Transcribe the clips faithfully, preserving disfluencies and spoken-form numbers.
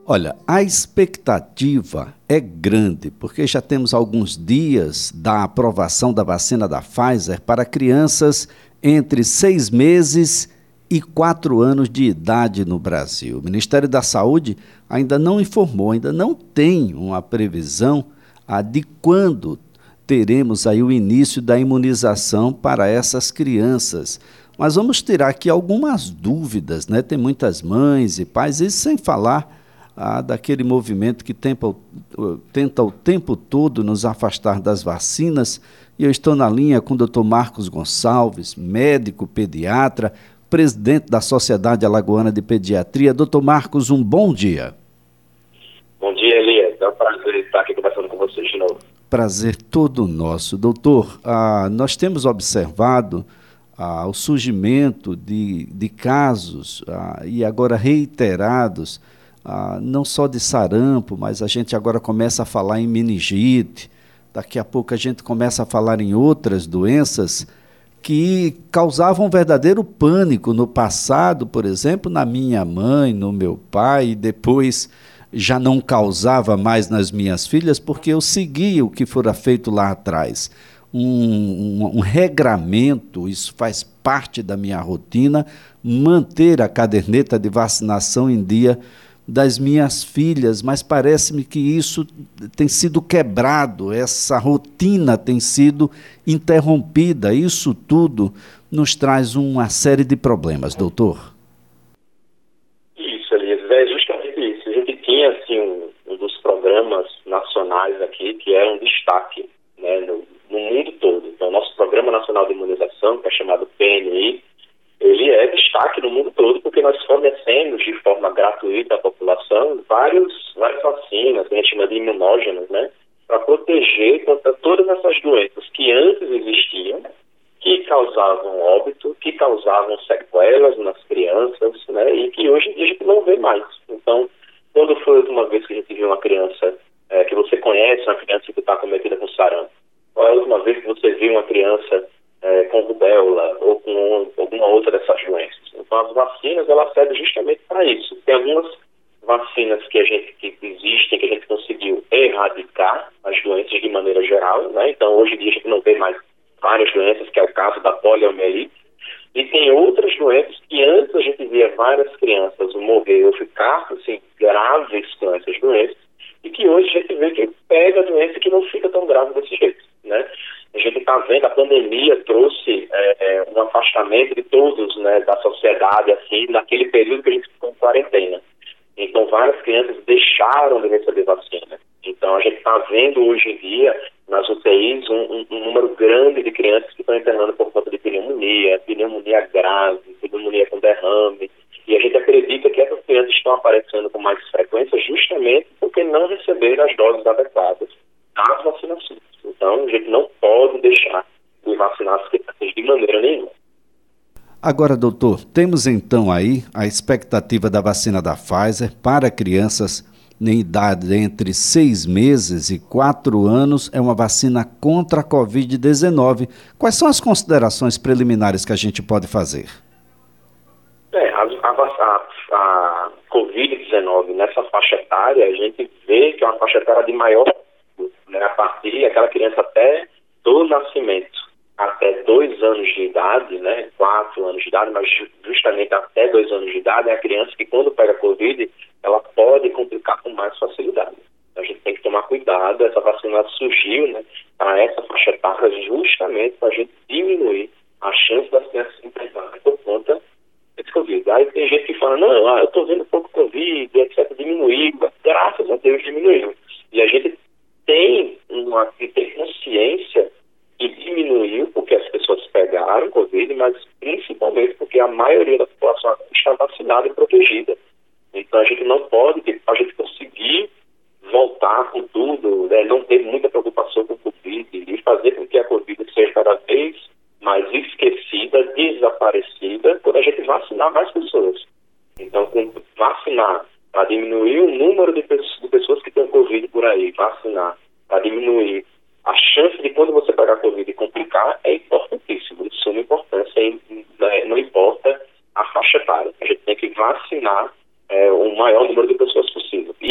Olha, a expectativa é grande, porque já temos alguns dias da aprovação da vacina da Pfizer para crianças entre seis meses e quatro anos de idade no Brasil. O Ministério da Saúde ainda não informou, ainda não tem uma previsão ah, de quando teremos aí o início da imunização para essas crianças. Mas vamos tirar aqui algumas dúvidas, né? Tem muitas mães e pais, isso sem falar ah, daquele movimento que tenta, tenta o tempo todo nos afastar das vacinas. E eu estou na linha com o doutor Marcos Gonçalves, médico pediatra, presidente da Sociedade Alagoana de Pediatria. doutor Marcos, um bom dia. Bom dia, Elias. É um prazer estar aqui conversando com vocês de novo. Prazer todo nosso. Doutor, ah, nós temos observado ah, o surgimento de, de casos, ah, e agora reiterados, ah, não só de sarampo, mas a gente agora começa a falar em meningite, daqui a pouco a gente começa a falar em outras doenças que causavam um verdadeiro pânico no passado, por exemplo, na minha mãe, no meu pai, e depois já não causava mais nas minhas filhas, porque eu seguia o que fora feito lá atrás. Um, um, um regramento, isso faz parte da minha rotina, manter a caderneta de vacinação em dia das minhas filhas, mas parece-me que isso tem sido quebrado, essa rotina tem sido interrompida. Isso tudo nos traz uma série de problemas, doutor. Isso, Elias, é justamente isso. A gente tinha assim, um, um dos programas nacionais aqui que era um destaque, né, no, no mundo todo. Então, nosso Programa Nacional de Imunização, que é chamado P N I, ele é destaque no mundo todo porque nós fornecemos de forma gratuita à população vários, várias vacinas, que a gente chama de imunógenos, né, para proteger contra todas essas doenças que antes existiam, que causavam óbito, que causavam sequelas nas crianças, né, e que hoje em dia a gente não vê mais. Então, quando foi a última vez que a gente viu uma criança é, que você conhece, uma criança que está acometida com sarampo? Qual é a última vez que você viu uma criança é, com rubéola ou com alguma outra dessas doenças? Então, as vacinas, elas servem justamente para isso. Tem algumas vacinas que a gente que existem, que a gente conseguiu erradicar as doenças de maneira geral, né? Então, hoje em dia a gente não vê mais várias doenças, que é o caso da poliomielite. E tem outras doenças que antes a gente via várias crianças morrer ou ficar assim, graves com essas doenças, e que hoje a gente vê que pega a doença que não fica tão grave desse jeito, né? A gente está vendo, a pandemia trouxe é, é, um afastamento de todos, né, da sociedade, assim, naquele período que a gente ficou em quarentena. Então, várias crianças deixaram de receber vacina. Então, a gente está vendo hoje em dia, nas U T Is, um, um, um número grande de crianças que estão internando por conta de pneumonia, pneumonia grave, pneumonia com derrame. E a gente acredita que essas crianças estão aparecendo com mais frequência justamente porque não receberam as doses adequadas das vacinações. Então, a gente não pode deixar de vacinar as crianças de maneira nenhuma. Agora, doutor, temos então aí a expectativa da vacina da Pfizer para crianças em idade entre seis meses e quatro anos. É uma vacina contra a covid dezenove. Quais são as considerações preliminares que a gente pode fazer? É, a, a, a, a covid dezenove nessa faixa etária, a gente vê que é uma faixa etária de maior, né, a partir daquela criança até do nascimento, até dois anos de idade, né, quatro anos de idade, mas justamente até dois anos de idade, é a criança que quando pega Covid, ela pode complicar com mais facilidade. Então, a gente tem que tomar cuidado. Essa vacina surgiu, né, para essa faixa etária justamente para a gente diminuir a chance das crianças se internarem por conta desse Covid. Aí tem gente que fala, não, ah, eu estou vendo pouco Covid, etcétera, diminuiu. Graças a Deus diminuiu. E a gente tem uma tem consciência que diminuiu porque as pessoas pegaram Covid, mas principalmente porque a maioria da população está vacinada e protegida. Então a gente não pode, a gente conseguir voltar com tudo, né, não ter muita preocupação com o Covid e fazer com que a Covid seja cada vez mais esquecida, desaparecida, quando a gente vacinar mais pessoas. Então, com vacinar para diminuir o número de pessoas, de pessoas que têm Covid por aí, vacinar para diminuir a chance de quando você pegar Covid e complicar é importantíssimo, de suma importância, e, né, não importa a faixa etária. A gente tem que vacinar é, o maior número de pessoas possível.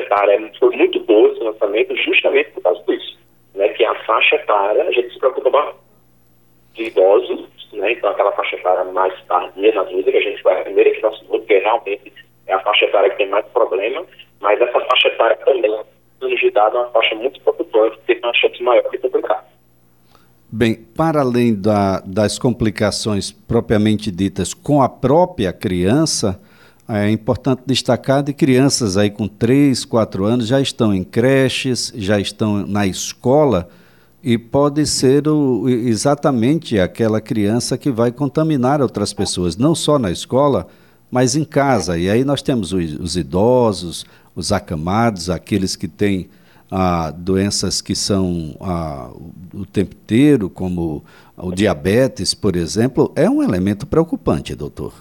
etária foi muito boa esse lançamento justamente por causa disso, né? Que a faixa etária, a gente se preocupa bastante de idosos, né? Então aquela faixa etária mais tardia na vida, que a gente vai a primeira que nós porque realmente é a faixa etária que tem mais problema, mas essa faixa etária também, anos de idade, é uma faixa muito preocupante, porque tem uma chance maior de complicar. Bem, para além da, das complicações propriamente ditas com a própria criança, é importante destacar de crianças aí com três, quatro anos já estão em creches, já estão na escola e pode ser o, exatamente aquela criança que vai contaminar outras pessoas, não só na escola, mas em casa. E aí nós temos os, os idosos, os acamados, aqueles que têm ah, doenças que são ah, o tempo inteiro, como o diabetes, por exemplo, é um elemento preocupante, doutor.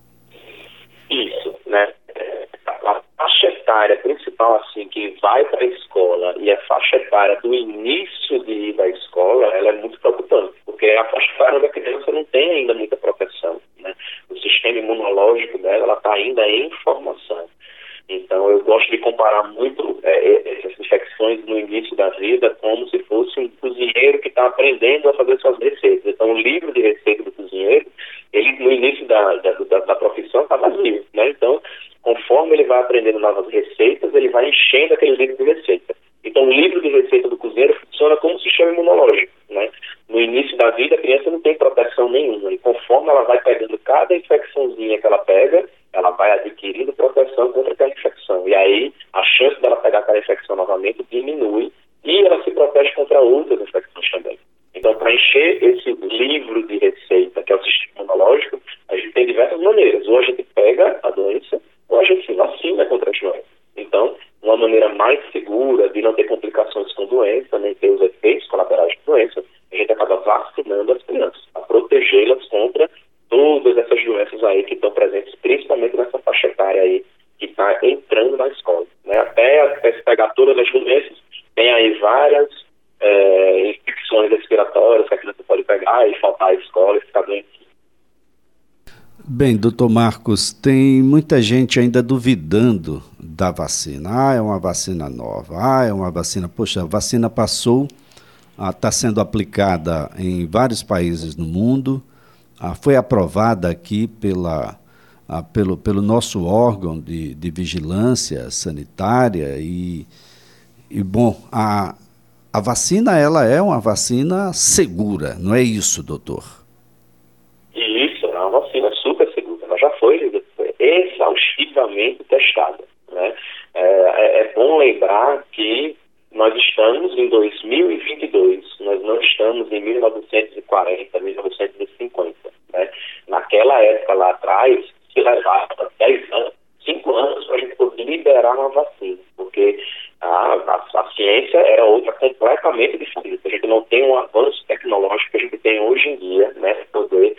Isso, né? A faixa etária principal, assim, que vai para a escola e a faixa etária do início de ir à escola, ela é muito preocupante, porque a faixa etária da criança não tem ainda muita proteção, né? O sistema imunológico dela, ela está ainda em formação. Então, eu gosto de comparar muito é, essas infecções no início da vida como se fosse um cozinheiro que está aprendendo a fazer suas receitas. Então, o livro de receita do cozinheiro, ele no início da, da, da, da profissão está vazio, né? Então, conforme ele vai aprendendo novas receitas, ele vai enchendo aquele livro de receita. Então, o livro de receita do cozinheiro funciona como um sistema imunológico, né? No início da vida, a criança não tem proteção nenhuma. E conforme ela vai pegando cada infecçãozinha que ela pega, ela vai adquirindo proteção contra aquela infecção. E aí, a chance dela pegar aquela infecção novamente diminui e ela se protege contra outras infecções também. Então, para encher esse livro de receita, que é o sistema imunológico, a gente tem diversas maneiras. Ou a gente pega a doença, ou a gente se vacina contra as doenças. Então, uma maneira mais segura de não ter complicações com doença, nem ter os efeitos colaterais de doença, a gente acaba vacinando as crianças, a protegê-las contra todas essas doenças aí que estão presentes, principalmente nessa faixa etária aí, que está entrando na escola, né? Até, até se pegar todas as doenças, tem aí várias é, infecções respiratórias que a criança pode pegar e faltar à escola e ficar doente. Bem, doutor Marcos, tem muita gente ainda duvidando da vacina. Ah, é uma vacina nova. Ah, é uma vacina... Poxa, a vacina passou, está sendo aplicada em vários países no mundo, ah, foi aprovada aqui pela, ah, pelo, pelo nosso órgão de, de vigilância sanitária e, e bom, a, a vacina, ela é uma vacina segura, não é isso, doutor? Isso, é uma vacina super segura. Ela já foi, foi exaustivamente testada, né? É, é bom lembrar que nós estamos em dois mil e vinte e dois, nós não estamos em mil novecentos e quarenta, mil novecentos e cinquenta, né? Naquela época lá atrás, se levava dez anos, cinco anos para a gente poder liberar uma vacina, porque a, a, a ciência era outra completamente diferente. A gente não tem um avanço tecnológico que a gente tem hoje em dia, né, para poder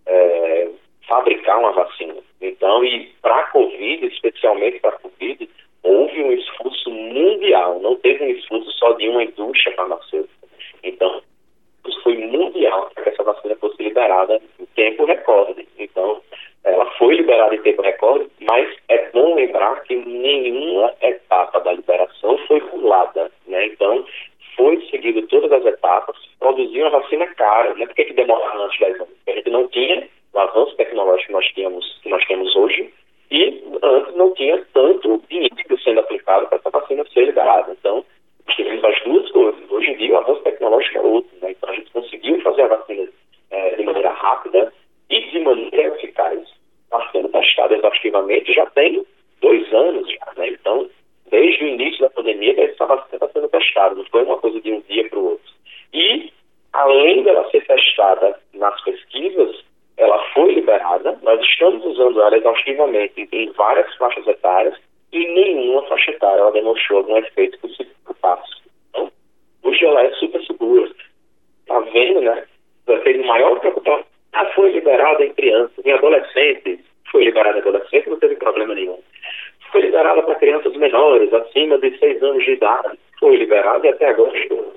é, fabricar uma vacina. Então, e para a Covid, especialmente para a Covid, houve um esforço mundial, não teve um esforço só de uma indústria farmacêutica. Então, isso foi mundial para que essa vacina fosse liberada em tempo recorde. Então, ela foi liberada em tempo recorde, mas é bom lembrar que nenhuma etapa da liberação foi pulada, né? Então, foi seguido todas as etapas, produzir uma vacina cara. Não é porque que demora antes de dez anos, porque a gente não tinha o avanço tecnológico que nós tínhamos, que nós temos hoje, e antes não tinha tanto dinheiro sendo aplicado para essa vacina ser liberada. Então, tivemos as duas coisas. Hoje em dia, o avanço tecnológico é outro, né? Então, a gente conseguiu fazer a vacina é, de maneira rápida e de maneira eficaz. Está sendo testada exaustivamente já tem dois anos já, né? Então, desde o início da pandemia, essa vacina está sendo testada. Não foi uma coisa de um dia para o outro. E, além dela ser testada nas pesquisas, ela foi liberada. Nós estamos usando ela exaustivamente em várias faixas etárias e nenhuma faixa etária ela demonstrou algum efeito que se preocupasse. Então, hoje ela é super segura. Está vendo, né? Fez o maior preocupação. Ah, foi liberada em crianças, em adolescentes. Foi liberada em adolescentes, não teve problema nenhum. Foi liberada para crianças menores, acima de seis anos de idade. Foi liberada e até agora estou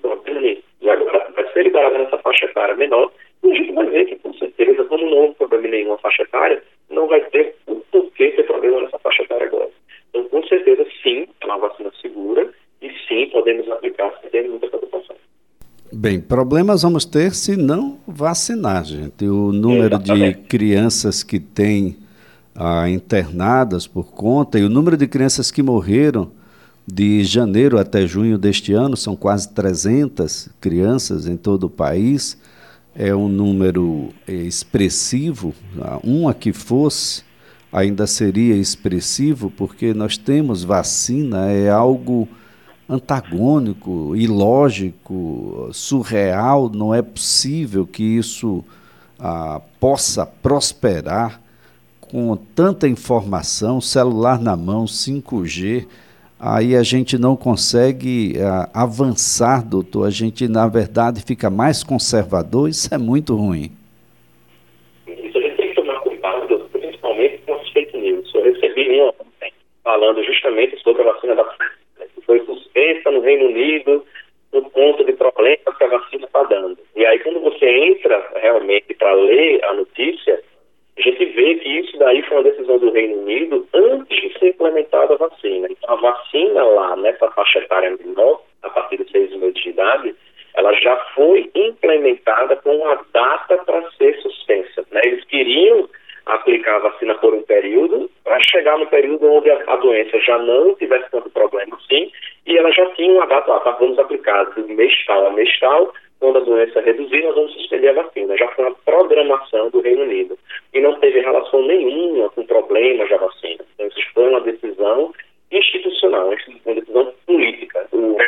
e agora vai ser liberada nessa faixa etária menor. E a gente vai ver que, com certeza, como não houve problema em nenhuma faixa etária, não vai ter o porquê ter problema nessa faixa etária agora. Então, com certeza, sim, a é uma vacina segura e sim podemos aplicar sem ter muita preocupação. Bem, problemas vamos ter se não vacinar, gente. O número Exatamente. de crianças que têm ah, internadas por conta e o número de crianças que morreram de janeiro até junho deste ano, são quase trezentas crianças em todo o país, é um número expressivo. Uma que fosse ainda seria expressivo, porque nós temos vacina, é algo antagônico, ilógico, surreal. Não é possível que isso ah, possa prosperar com tanta informação, celular na mão, cinco G. Aí a gente não consegue ah, avançar, doutor. A gente, na verdade, fica mais conservador. Isso é muito ruim. Isso a gente tem que tomar cuidado, principalmente com as fake news. Eu recebi uma falando justamente sobre a vacina da que foi suspensa no Reino Unido por conta de problemas que a vacina está dando. E aí, quando você entra realmente para ler a notícia, a gente vê que isso daí foi uma decisão do Reino Unido antes de ser implementada a vacina. Então, a vacina lá, nessa faixa etária menor, a partir de seis meses de idade, ela já foi implementada com uma data para ser suspensa, né? Eles queriam aplicar a vacina por um período, para chegar no período onde a, a doença já não tivesse tanto problema assim, e ela já tinha uma data lá, tá, vamos aplicar do mês tal a mês tal, quando a doença reduzir, nós vamos suspender a vacina. Já foi uma programação do Reino Unido. E não teve relação nenhuma com problemas da vacina. Então, isso foi uma decisão institucional, uma decisão política.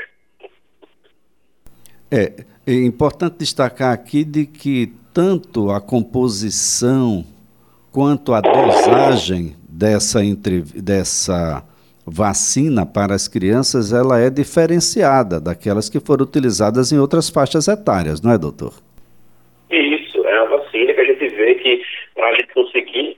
É, é importante destacar aqui de que tanto a composição quanto a dosagem dessa, entre, dessa vacina para as crianças, ela é diferenciada daquelas que foram utilizadas em outras faixas etárias, não é, doutor? Isso, é uma vacina que a gente vê que para a gente conseguir...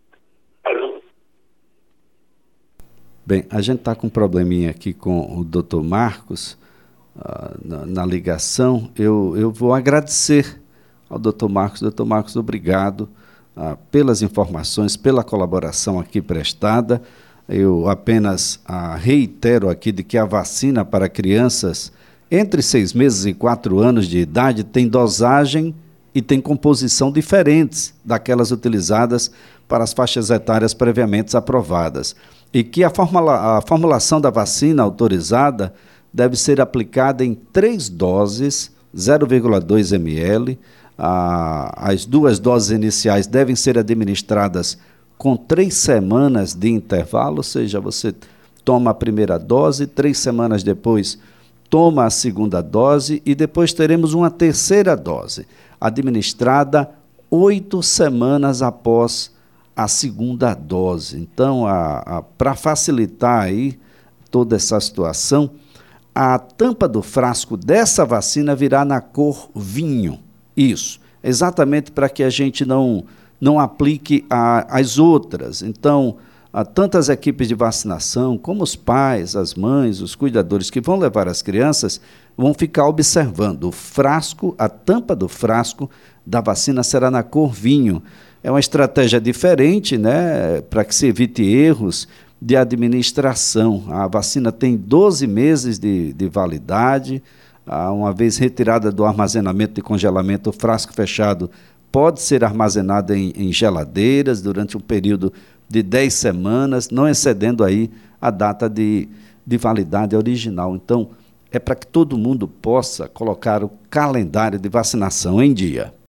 Bem, a gente está com um probleminha aqui com o doutor Marcos uh, na, na ligação. Eu, eu vou agradecer ao doutor Marcos. doutor Marcos, obrigado uh, pelas informações, pela colaboração aqui prestada. Eu apenas ah, reitero aqui de que a vacina para crianças entre seis meses e quatro anos de idade tem dosagem e tem composição diferentes daquelas utilizadas para as faixas etárias previamente aprovadas. E que a, formula, a formulação da vacina autorizada deve ser aplicada em três doses, zero vírgula dois mililitros. Ah, as duas doses iniciais devem ser administradas com três semanas de intervalo, ou seja, você toma a primeira dose, três semanas depois toma a segunda dose e depois teremos uma terceira dose, administrada oito semanas após a segunda dose. Então, para facilitar aí toda essa situação, a tampa do frasco dessa vacina virá na cor vinho. Isso, exatamente para que a gente não... não aplique a, as outras. Então, a, tantas equipes de vacinação, como os pais, as mães, os cuidadores que vão levar as crianças, vão ficar observando o frasco, a tampa do frasco da vacina será na cor vinho. É uma estratégia diferente, né, para que se evite erros de administração. A vacina tem doze meses de, de validade, uma vez retirada do armazenamento e congelamento, o frasco fechado pode ser armazenado em, em geladeiras durante um período de dez semanas, não excedendo aí a data de, de validade original. Então, é para que todo mundo possa colocar o calendário de vacinação em dia.